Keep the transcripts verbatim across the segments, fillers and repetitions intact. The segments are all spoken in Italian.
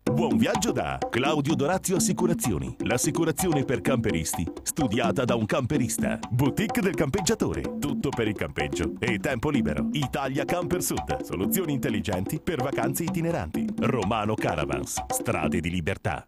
Buon viaggio da Claudio Dorazio Assicurazioni, l'assicurazione per camperisti, studiata da un camperista. Boutique del campeggiatore, tutto per il campeggio e tempo libero. Italia Camper Sud, soluzioni intelligenti per vacanze itineranti. Romano Caravans, strade di libertà.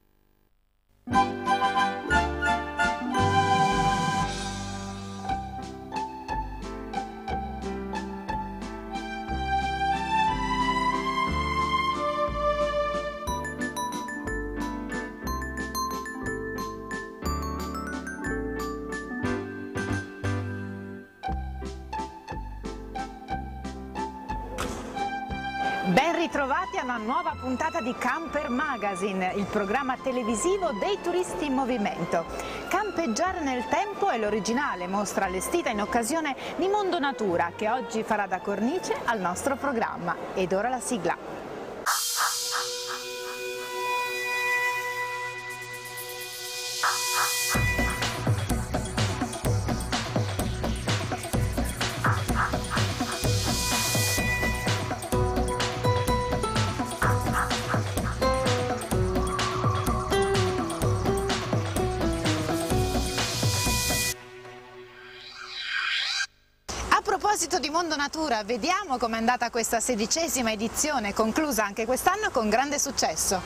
Ben ritrovati a una nuova puntata di Camper Magazine, il programma televisivo dei turisti in movimento. Campeggiare nel tempo è l'originale mostra allestita in occasione di Mondo Natura, che oggi farà da cornice al nostro programma. Ed ora la sigla. A proposito di Mondo Natura, vediamo com'è andata questa sedicesima edizione, conclusa anche quest'anno con grande successo.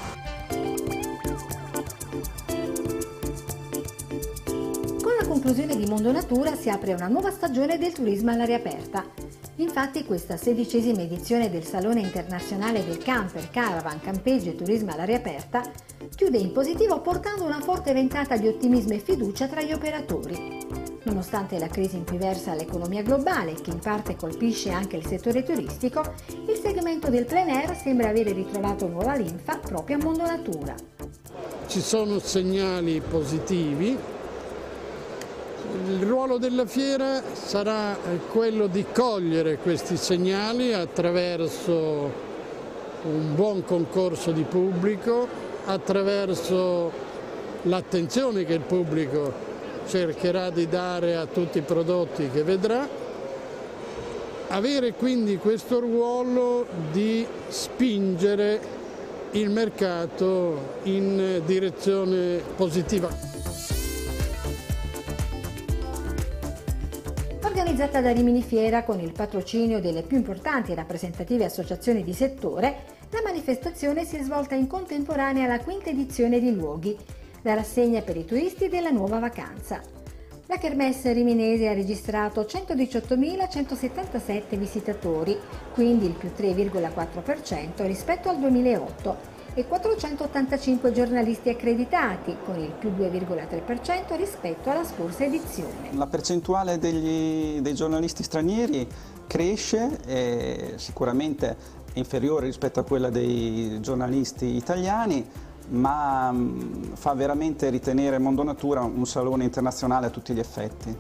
Con la conclusione di Mondo Natura si apre una nuova stagione del turismo all'aria aperta. Infatti questa sedicesima edizione del Salone Internazionale del Camper, Caravan, Campeggio e Turismo all'aria aperta chiude in positivo portando una forte ventata di ottimismo e fiducia tra gli operatori. Nonostante la crisi in cui versa l'economia globale, che in parte colpisce anche il settore turistico, il segmento del plein air sembra avere ritrovato nuova linfa proprio a Mondo Natura. Ci sono segnali positivi. Il ruolo della fiera sarà quello di cogliere questi segnali attraverso un buon concorso di pubblico, attraverso l'attenzione che il pubblico cercherà di dare a tutti i prodotti che vedrà, avere quindi questo ruolo di spingere il mercato in direzione positiva. Organizzata da Rimini Fiera con il patrocinio delle più importanti e rappresentative associazioni di settore, la manifestazione si è svolta in contemporanea alla quinta edizione di Luoghi, la rassegna per i turisti della nuova vacanza. La Kermesse riminese ha registrato centodiciottomilacentosettantasette visitatori, quindi il più tre virgola quattro per cento rispetto al duemilaotto, e quattrocentottantacinque giornalisti accreditati, con il più due virgola tre per cento rispetto alla scorsa edizione. La percentuale degli, dei giornalisti stranieri cresce, è sicuramente inferiore rispetto a quella dei giornalisti italiani, ma fa veramente ritenere Mondo Natura un salone internazionale a tutti gli effetti.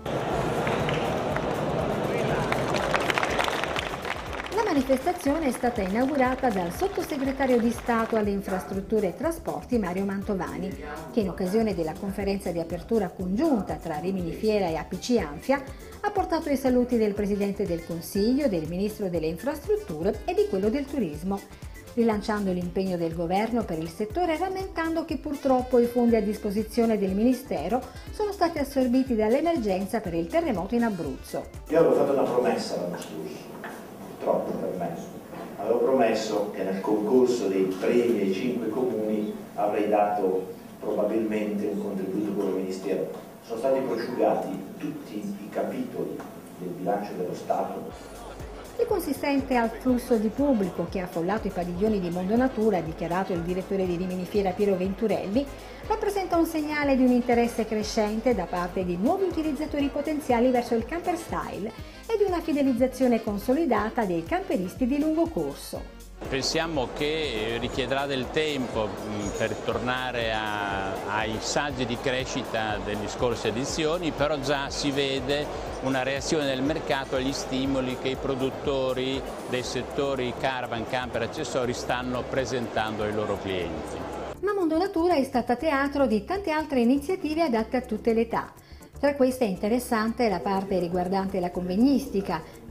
La manifestazione è stata inaugurata dal sottosegretario di Stato alle Infrastrutture e Trasporti Mario Mantovani, che in occasione della conferenza di apertura congiunta tra Rimini Fiera e A P C Anfia ha portato i saluti del Presidente del Consiglio, del Ministro delle Infrastrutture e di quello del Turismo, rilanciando l'impegno del governo per il settore e rammentando che purtroppo i fondi a disposizione del Ministero sono stati assorbiti dall'emergenza per il terremoto in Abruzzo. Io avevo fatto una promessa l'anno scorso, purtroppo per me, avevo promesso che nel concorso dei premi ai cinque comuni avrei dato probabilmente un contributo con il Ministero. Sono stati prosciugati tutti i capitoli del bilancio dello Stato. Il consistente afflusso di pubblico che ha affollato i padiglioni di Mondo Natura, ha dichiarato il direttore di Rimini Fiera Piero Venturelli, rappresenta un segnale di un interesse crescente da parte di nuovi utilizzatori potenziali verso il camper style e di una fidelizzazione consolidata dei camperisti di lungo corso. Pensiamo che richiederà del tempo per tornare a, ai saggi di crescita delle scorse edizioni, però già si vede una reazione del mercato agli stimoli che i produttori dei settori caravan, camper e accessori stanno presentando ai loro clienti. Ma Mondo Natura è stata teatro di tante altre iniziative adatte a tutte le età. Tra queste è interessante la parte riguardante la convegnistica,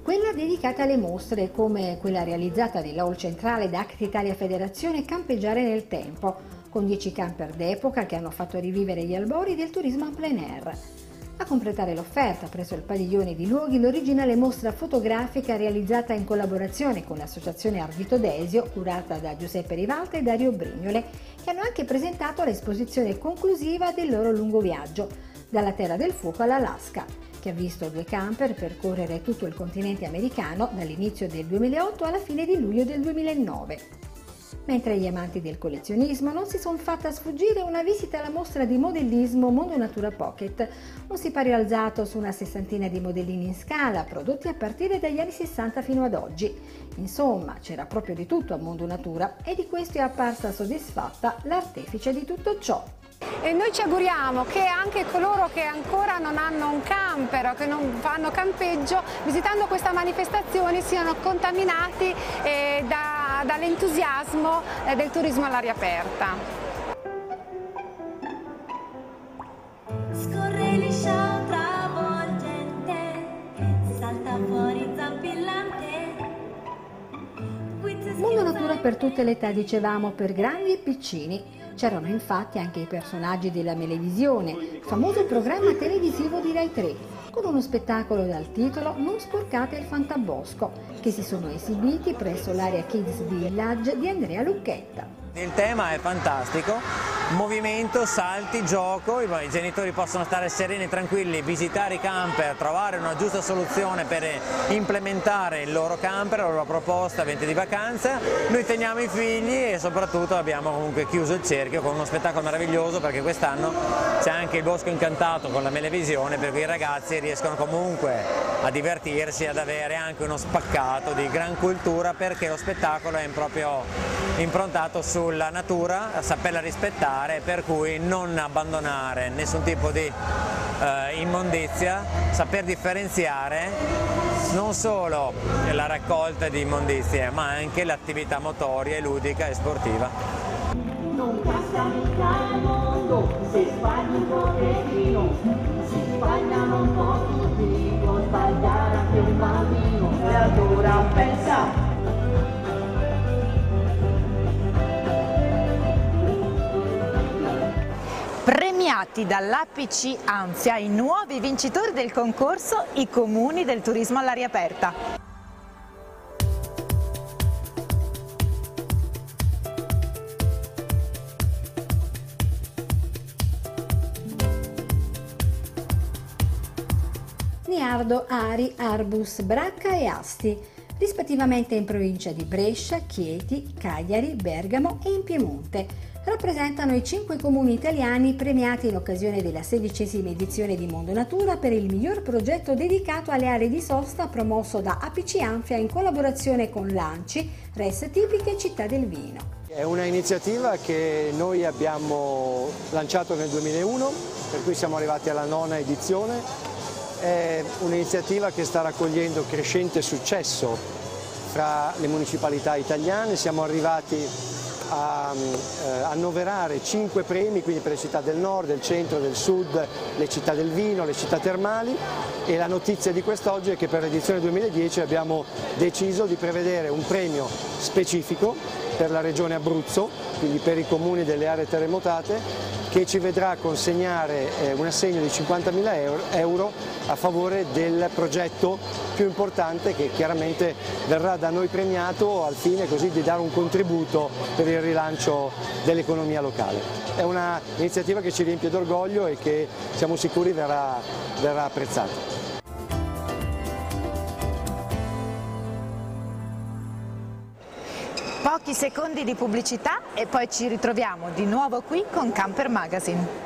quella dedicata alle mostre, come quella realizzata nell'Hall centrale da Act Italia Federazione Campeggiare nel Tempo, con dieci camper d'epoca che hanno fatto rivivere gli albori del turismo en plein air. A completare l'offerta presso il padiglione di luoghi l'originale mostra fotografica realizzata in collaborazione con l'associazione Ardito Desio, curata da Giuseppe Rivalta e Dario Brignole, che hanno anche presentato l'esposizione conclusiva del loro lungo viaggio, dalla Terra del Fuoco all'Alaska, che ha visto due camper percorrere tutto il continente americano dall'inizio del duemilaotto alla fine di luglio del duemilanove. Mentre gli amanti del collezionismo non si sono fatta sfuggire una visita alla mostra di modellismo Mondo Natura Pocket, un sipario alzato su una sessantina di modellini in scala prodotti a partire dagli anni sessanta fino ad oggi. Insomma, c'era proprio di tutto a Mondo Natura e di questo è apparsa soddisfatta l'artefice di tutto ciò. E noi ci auguriamo che anche coloro che ancora non hanno un camper o che non fanno campeggio, visitando questa manifestazione siano contaminati eh, da, dall'entusiasmo eh, del turismo all'aria aperta. Scorre liscia travolgente, salta fuori zampillante. Mondo Natura per tutte le età, dicevamo, per grandi e piccini. C'erano infatti anche i personaggi della Melevisione, famoso programma televisivo di Rai tre, con uno spettacolo dal titolo Non sporcate il fantabosco, che si sono esibiti presso l'area Kids Village di Andrea Lucchetta. Il tema è fantastico, movimento, salti, gioco, i genitori possono stare sereni e tranquilli, visitare i camper, trovare una giusta soluzione per implementare il loro camper, la loro proposta, eventi di vacanza. Noi teniamo i figli e soprattutto abbiamo comunque chiuso il cerchio con uno spettacolo meraviglioso, perché quest'anno c'è anche il Bosco Incantato con la Melevisione, per cui i ragazzi riescono comunque a divertirsi, ad avere anche uno spaccato di gran cultura, perché lo spettacolo è proprio improntato sulla natura, a saperla rispettare, per cui non abbandonare nessun tipo di eh, immondizia, saper differenziare non solo la raccolta di immondizie ma anche l'attività motoria e ludica e sportiva. Non casca mica il mondo, se sbagli un pochettino, si sbagliano un po' tutti, può sbagliare anche un bambino, e allora pensa. Premiati dall'A P C Anfia i nuovi vincitori del concorso I Comuni del Turismo all'Aria Aperta. Niardo, Ari, Arbus, Bracca e Asti, rispettivamente in provincia di Brescia, Chieti, Cagliari, Bergamo e in Piemonte. Rappresentano i cinque comuni italiani premiati in occasione della sedicesima edizione di Mondo Natura per il miglior progetto dedicato alle aree di sosta promosso da A P C Anfia in collaborazione con l'Anci, Res Tipiche e Città del Vino. È una iniziativa che noi abbiamo lanciato nel duemilauno, per cui siamo arrivati alla nona edizione. È un'iniziativa che sta raccogliendo crescente successo fra le municipalità italiane. Siamo arrivati a eh, annoverare cinque premi, quindi per le città del nord, del centro, del sud, le città del vino, le città termali, e la notizia di quest'oggi è che per l'edizione duemiladieci abbiamo deciso di prevedere un premio specifico per la regione Abruzzo, quindi per i comuni delle aree terremotate, che ci vedrà consegnare eh, un assegno di cinquantamila euro a favore del progetto più importante, che chiaramente verrà da noi premiato al fine così di dare un contributo per il rilancio dell'economia locale. È un'iniziativa che ci riempie d'orgoglio e che siamo sicuri verrà, verrà apprezzata. Pochi secondi di pubblicità e poi ci ritroviamo di nuovo qui con Camper Magazine.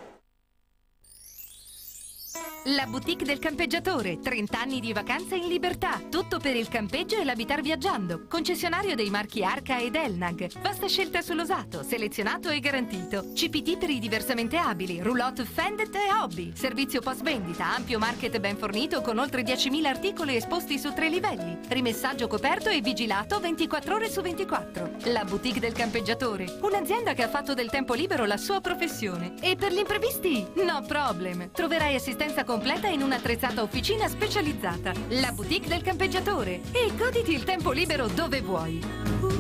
La boutique del campeggiatore, trenta anni di vacanza in libertà, tutto per il campeggio e l'abitar viaggiando. Concessionario dei marchi Arca ed Elnag, vasta scelta sull'usato, selezionato e garantito. C P T per i diversamente abili, roulotte Fendet e hobby. Servizio post vendita, ampio market ben fornito con oltre diecimila articoli esposti su tre livelli. Rimessaggio coperto e vigilato ventiquattro ore su ventiquattro. La boutique del campeggiatore, un'azienda che ha fatto del tempo libero la sua professione. E per gli imprevisti? No problem. Troverai assistenza con completa in un'attrezzata officina specializzata. La boutique del campeggiatore. E goditi il tempo libero dove vuoi.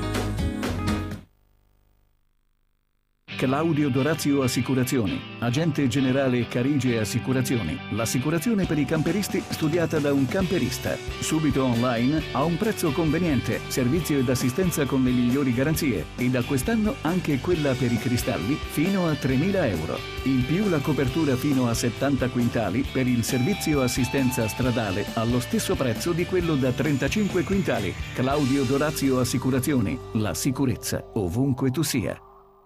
Claudio Dorazio Assicurazioni, agente generale Carige Assicurazioni. L'assicurazione per i camperisti studiata da un camperista. Subito online, a un prezzo conveniente, servizio ed assistenza con le migliori garanzie e da quest'anno anche quella per i cristalli fino a tremila euro. In più la copertura fino a settanta quintali per il servizio assistenza stradale allo stesso prezzo di quello da trentacinque quintali. Claudio Dorazio Assicurazioni, la sicurezza ovunque tu sia.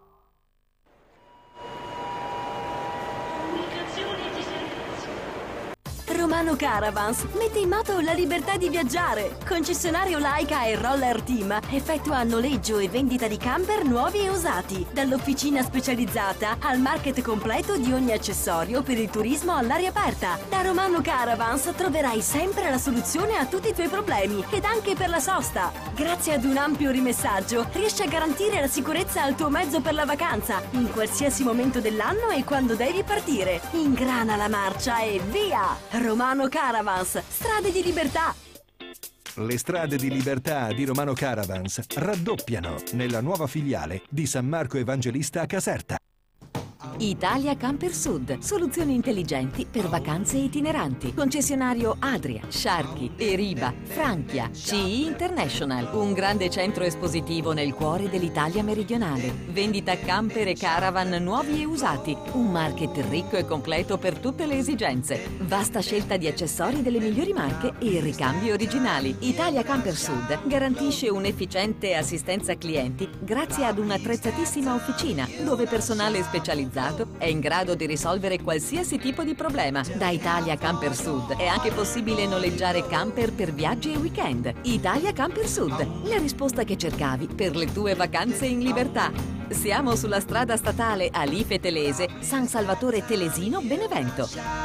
Romano Caravans mette in moto la libertà di viaggiare. Concessionario Laika e Roller Team effettua noleggio e vendita di camper nuovi e usati. Dall'officina specializzata al market completo di ogni accessorio per il turismo all'aria aperta. Da Romano Caravans troverai sempre la soluzione a tutti i tuoi problemi ed anche per la sosta. Grazie ad un ampio rimessaggio riesci a garantire la sicurezza al tuo mezzo per la vacanza in qualsiasi momento dell'anno e quando devi partire. Ingrana la marcia e via! Romano Caravans, strade di libertà. Le strade di libertà di Romano Caravans raddoppiano nella nuova filiale di San Marco Evangelista a Caserta. Italia Camper Sud, soluzioni intelligenti per vacanze itineranti. Concessionario Adria, Sharky, Eriba, Franchia, C I International. Un grande centro espositivo nel cuore dell'Italia meridionale. Vendita camper e caravan nuovi e usati. Un market ricco e completo per tutte le esigenze. Vasta scelta di accessori delle migliori marche e ricambi originali. Italia Camper Sud garantisce un'efficiente assistenza clienti grazie ad un'attrezzatissima officina dove personale specializzato è in grado di risolvere qualsiasi tipo di problema. Da Italia Camper Sud è anche possibile noleggiare camper per viaggi e weekend. Italia Camper Sud, la risposta che cercavi per le tue vacanze in libertà. Siamo sulla strada statale Alife Telese, San Salvatore Telesino, Benevento.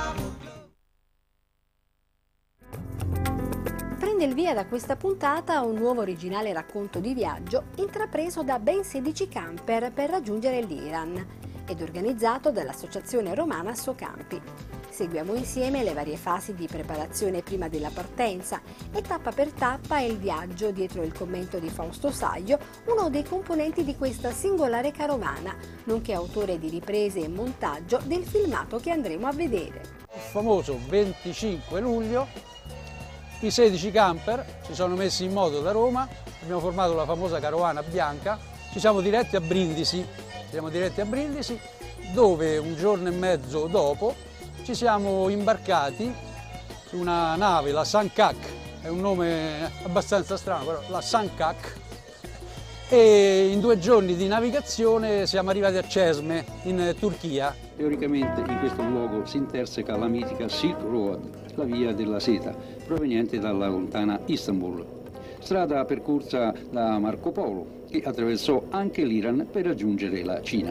Prende il via da questa puntata un nuovo originale racconto di viaggio intrapreso da ben sedici camper per raggiungere l'Iran ed organizzato dall'Associazione Romana Socampi. Seguiamo insieme le varie fasi di preparazione prima della partenza e tappa per tappa il viaggio dietro il commento di Fausto Saglio, uno dei componenti di questa singolare carovana, nonché autore di riprese e montaggio del filmato che andremo a vedere. Il famoso venticinque luglio i sedici camper si sono messi in moto da Roma, abbiamo formato la famosa carovana bianca, ci siamo diretti a Brindisi, siamo diretti a Brindisi dove un giorno e mezzo dopo ci siamo imbarcati su una nave, la Sankak, è un nome abbastanza strano, però la Sankak, e in due giorni di navigazione siamo arrivati a Cesme, in Turchia. Teoricamente in questo luogo si interseca la mitica Silk Road, la via della seta, proveniente dalla lontana Istanbul, strada percorsa da Marco Polo, che attraversò anche l'Iran per raggiungere la Cina.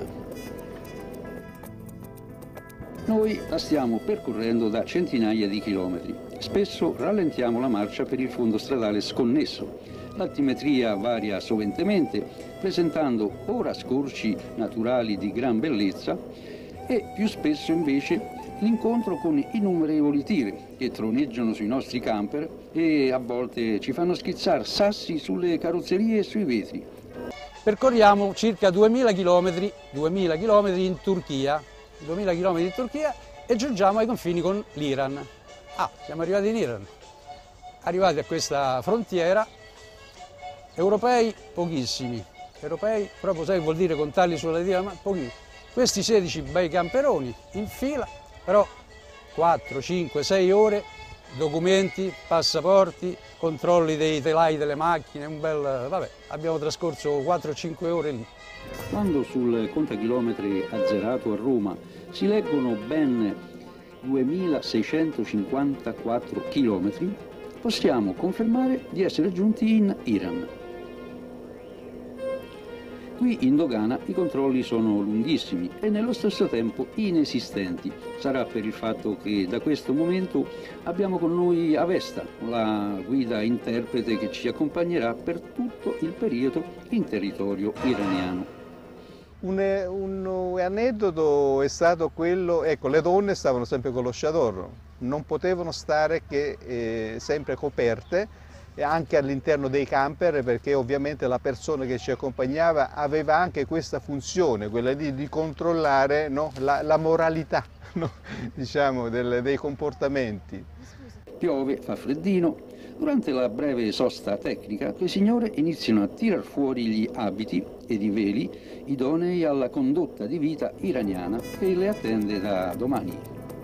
Noi la stiamo percorrendo da centinaia di chilometri. Spesso rallentiamo la marcia per il fondo stradale sconnesso. L'altimetria varia soventemente, presentando ora scorci naturali di gran bellezza e più spesso invece l'incontro con innumerevoli tigri che troneggiano sui nostri camper e a volte ci fanno schizzare sassi sulle carrozzerie e sui vetri. Percorriamo circa duemila chilometri, duemila chilometri in Turchia, duemila chilometri in Turchia e giungiamo ai confini con l'Iran. Ah, siamo arrivati in Iran, arrivati a questa frontiera, europei pochissimi, europei proprio sai che vuol dire contarli sulla dita, ma pochissimi. Questi sedici bei camperoni in fila, però quattro, cinque, sei ore, documenti, passaporti, controlli dei telai delle macchine, un bel... vabbè, abbiamo trascorso quattro cinque ore lì. Quando sul contachilometri azzerato a Roma si leggono ben duemilaseicentocinquantaquattro chilometri, possiamo confermare di essere giunti in Iran. Qui in dogana i controlli sono lunghissimi e nello stesso tempo inesistenti. Sarà per il fatto che da questo momento abbiamo con noi Avesta, la guida interprete che ci accompagnerà per tutto il periodo in territorio iraniano. Un, un aneddoto è stato quello, ecco, le donne stavano sempre con lo chador, non potevano stare che eh, sempre coperte, anche all'interno dei camper, perché ovviamente la persona che ci accompagnava aveva anche questa funzione, quella di, di controllare, no, la, la moralità, no, diciamo, del, dei comportamenti. Piove, fa freddino. Durante la breve sosta tecnica, le signore iniziano a tirar fuori gli abiti ed i veli idonei alla condotta di vita iraniana che le attende da domani.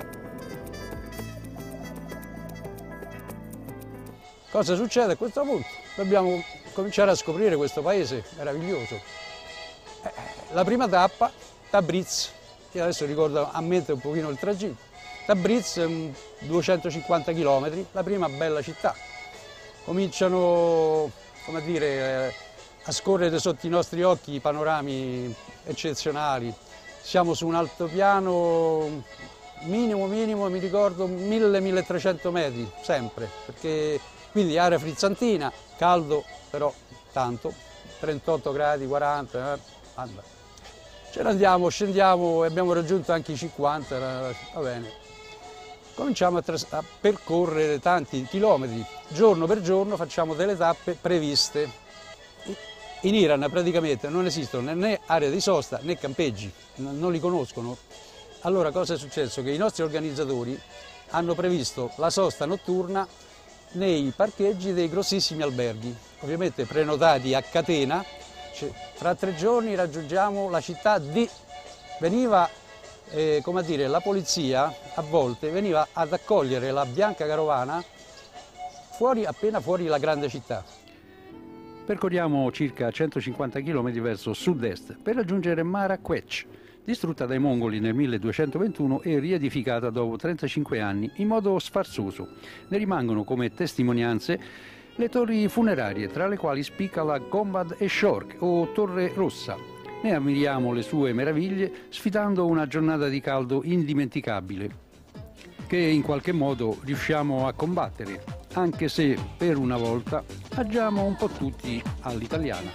Cosa succede a questo punto? Dobbiamo cominciare a scoprire questo paese meraviglioso. Eh, la prima tappa, Tabriz, io adesso ricordo a mente un pochino il tragitto. Tabriz, duecentocinquanta chilometri, la prima bella città. Cominciano, come dire, a scorrere sotto i nostri occhi panorami eccezionali. Siamo su un altopiano minimo, minimo, mi ricordo, mille milletrecento metri, sempre, perché quindi area frizzantina, caldo però tanto, trentotto gradi, quaranta, eh, vabbè. Ce ne andiamo, scendiamo e abbiamo raggiunto anche i cinquanta, va bene. Cominciamo a, a percorrere tanti chilometri, giorno per giorno facciamo delle tappe previste. In Iran praticamente non esistono né aree di sosta né campeggi, non li conoscono. Allora cosa è successo? Che i nostri organizzatori hanno previsto la sosta notturna nei parcheggi dei grossissimi alberghi, ovviamente prenotati a catena. Cioè, tra tre giorni raggiungiamo la città di... Veniva, eh, come a dire, la polizia a volte veniva ad accogliere la bianca carovana fuori, appena fuori la grande città. Percorriamo circa centocinquanta chilometri verso sud-est per raggiungere Marrakech, distrutta dai mongoli nel milleduecentoventuno e riedificata dopo trentacinque anni in modo sfarzoso. Ne rimangono come testimonianze le torri funerarie, tra le quali spicca la Gombad e Shork o Torre Rossa. Ne ammiriamo le sue meraviglie sfidando una giornata di caldo indimenticabile, che in qualche modo riusciamo a combattere, anche se per una volta agiamo un po' tutti all'italiana.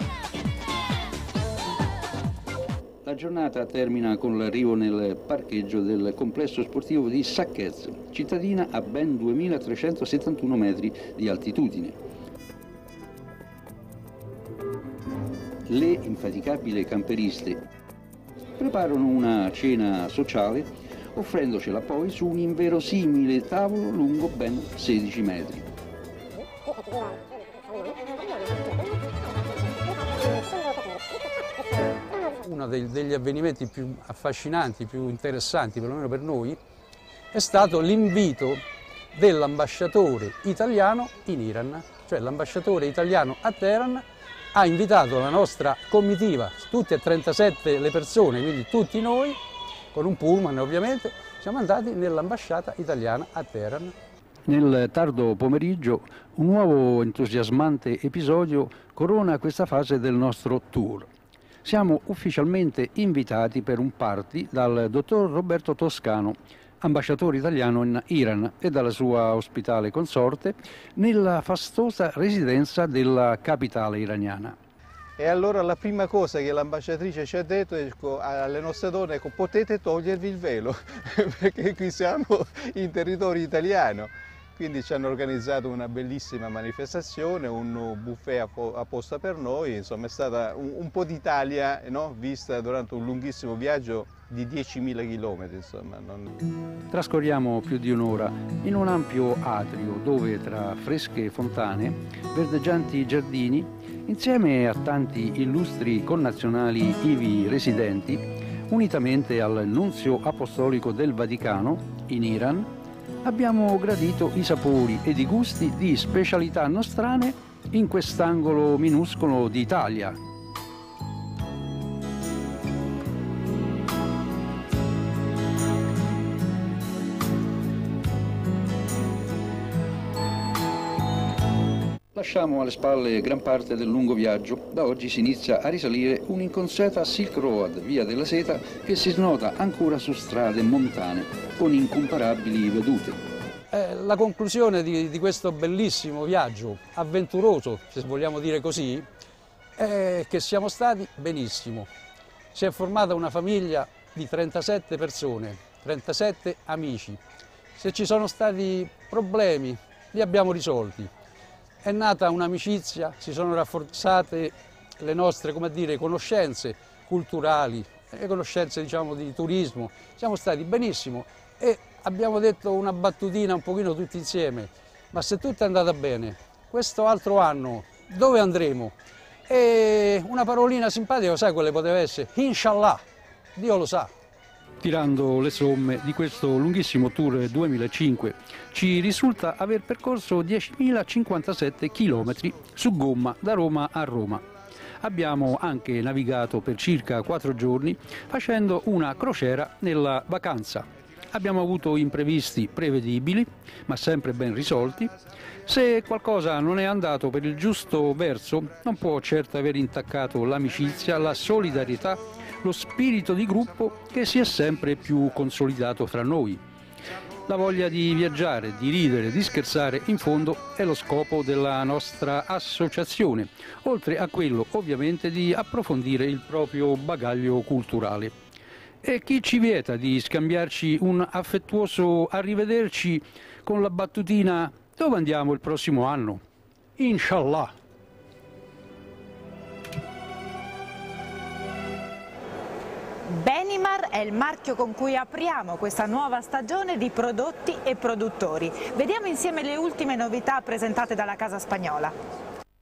La giornata termina con l'arrivo nel parcheggio del complesso sportivo di Saqqez, cittadina a ben duemilatrecentosettantuno metri di altitudine. Le infaticabili camperiste preparano una cena sociale offrendocela poi su un inverosimile tavolo lungo ben sedici metri. Uno degli avvenimenti più affascinanti, più interessanti, perlomeno per noi, è stato l'invito dell'ambasciatore italiano in Iran. Cioè l'ambasciatore italiano a Teheran ha invitato la nostra comitiva, tutte e trentasette le persone, quindi tutti noi, con un pullman ovviamente, siamo andati nell'ambasciata italiana a Teheran. Nel tardo pomeriggio un nuovo entusiasmante episodio corona questa fase del nostro tour. Siamo ufficialmente invitati per un party dal dottor Roberto Toscano, ambasciatore italiano in Iran, e dalla sua ospitale consorte nella fastosa residenza della capitale iraniana. E allora la prima cosa che l'ambasciatrice ci ha detto è, ecco, alle nostre donne, ecco, potete togliervi il velo, perché qui siamo in territorio italiano. Quindi ci hanno organizzato una bellissima manifestazione, un buffet apposta per noi, insomma è stata un, un po' d'Italia, no? Vista durante un lunghissimo viaggio di diecimila chilometri. Insomma, non... Trascorriamo più di un'ora in un ampio atrio dove tra fresche fontane, verdeggianti giardini, insieme a tanti illustri connazionali ivi residenti, unitamente al nunzio apostolico del Vaticano in Iran, abbiamo gradito i sapori ed i gusti di specialità nostrane in quest'angolo minuscolo d'Italia. Lasciamo alle spalle gran parte del lungo viaggio. Da oggi si inizia a risalire un'inconsueta Silk Road, via della seta, che si snota ancora su strade montane con incomparabili vedute. Eh, la conclusione di, di questo bellissimo viaggio, avventuroso, se vogliamo dire così, è che siamo stati benissimo. si è formata una famiglia di trentasette persone, trentasette amici. Se ci sono stati problemi, li abbiamo risolti. È nata un'amicizia, si sono rafforzate le nostre, come dire, conoscenze culturali, le conoscenze, diciamo, di turismo. Siamo stati benissimo e abbiamo detto una battutina un pochino tutti insieme: ma se tutto è andato bene, questo altro anno dove andremo? E una parolina simpatica, sai quale poteva essere? Inshallah, Dio lo sa. Tirando le somme di questo lunghissimo tour duemilacinque, ci risulta aver percorso diecimilacinquantasette chilometri su gomma da Roma a Roma. Abbiamo anche navigato per circa quattro giorni facendo una crociera nella vacanza. Abbiamo avuto imprevisti prevedibili, ma sempre ben risolti. Se qualcosa non è andato per il giusto verso, non può certo aver intaccato l'amicizia, la solidarietà, lo spirito di gruppo che si è sempre più consolidato fra noi. La voglia di viaggiare, di ridere, di scherzare, in fondo è lo scopo della nostra associazione, oltre a quello ovviamente di approfondire il proprio bagaglio culturale. E chi ci vieta di scambiarci un affettuoso arrivederci con la battutina: dove andiamo il prossimo anno? Inshallah! Benimar è il marchio con cui apriamo questa nuova stagione di prodotti e produttori. Vediamo insieme le ultime novità presentate dalla casa spagnola.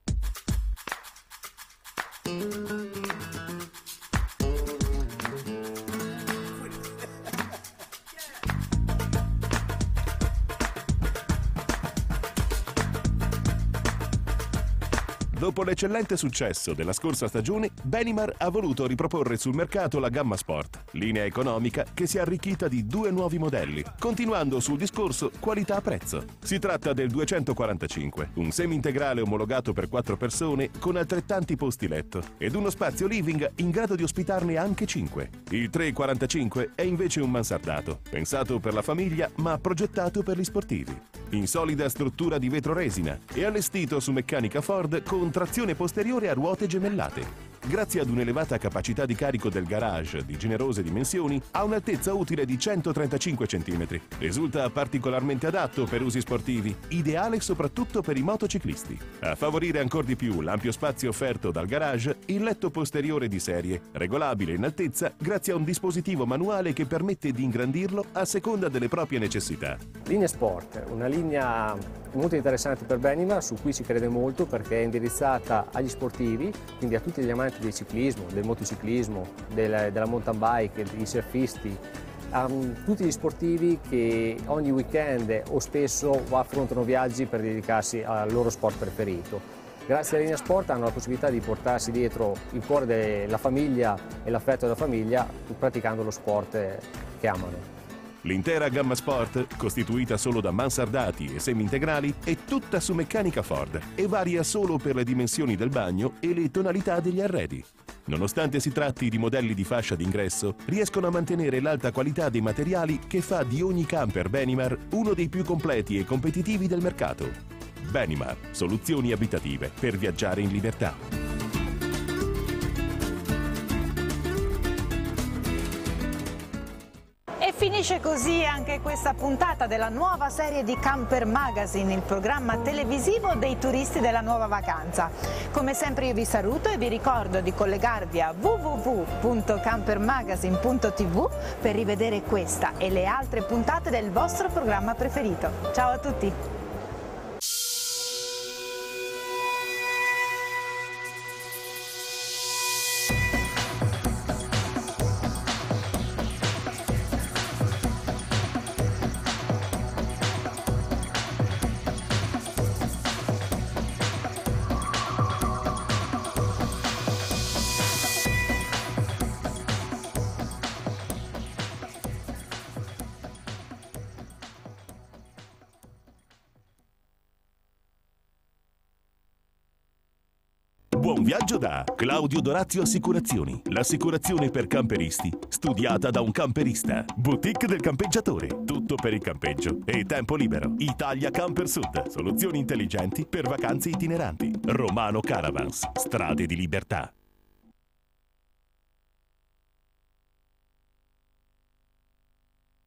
Dopo l'eccellente successo della scorsa stagione, Benimar ha voluto riproporre sul mercato la gamma Sport, linea economica che si è arricchita di due nuovi modelli, continuando sul discorso qualità-prezzo. Si tratta del duecentoquarantacinque, un semi-integrale omologato per quattro persone con altrettanti posti letto ed uno spazio living in grado di ospitarne anche cinque. Il trecentoquarantacinque è invece un mansardato, pensato per la famiglia ma progettato per gli sportivi. In solida struttura di vetro resina e allestito su meccanica Ford con trazione posteriore a ruote gemellate. Grazie ad un'elevata capacità di carico del garage di generose dimensioni, ha un'altezza utile di centotrentacinque centimetri. Risulta particolarmente adatto per usi sportivi, ideale soprattutto per i motociclisti. A favorire ancor di più l'ampio spazio offerto dal garage, il letto posteriore di serie, regolabile in altezza grazie a un dispositivo manuale che permette di ingrandirlo a seconda delle proprie necessità. Linea Sport, una linea molto interessante per Benimar, su cui si crede molto perché è indirizzata agli sportivi, quindi a tutti gli amanti del ciclismo, del motociclismo, del, della mountain bike, dei surfisti, a tutti gli sportivi che ogni weekend o spesso affrontano viaggi per dedicarsi al loro sport preferito. Grazie alla Linea Sport hanno la possibilità di portarsi dietro il cuore della famiglia e l'affetto della famiglia praticando lo sport che amano. L'intera gamma Sport, costituita solo da mansardati e semi-integrali, è tutta su meccanica Ford e varia solo per le dimensioni del bagno e le tonalità degli arredi. Nonostante si tratti di modelli di fascia d'ingresso, riescono a mantenere l'alta qualità dei materiali che fa di ogni camper Benimar uno dei più completi e competitivi del mercato. Benimar, soluzioni abitative per viaggiare in libertà. E finisce così anche questa puntata della nuova serie di Camper Magazine, il programma televisivo dei turisti della nuova vacanza. Come sempre io vi saluto e vi ricordo di collegarvi a w w w punto campermagazine punto t v per rivedere questa e le altre puntate del vostro programma preferito. Ciao a tutti! Buon viaggio da Claudio Dorazio Assicurazioni, l'assicurazione per camperisti, studiata da un camperista. Boutique del campeggiatore, tutto per il campeggio e tempo libero. Italia Camper Sud, soluzioni intelligenti per vacanze itineranti. Romano Caravans, strade di libertà.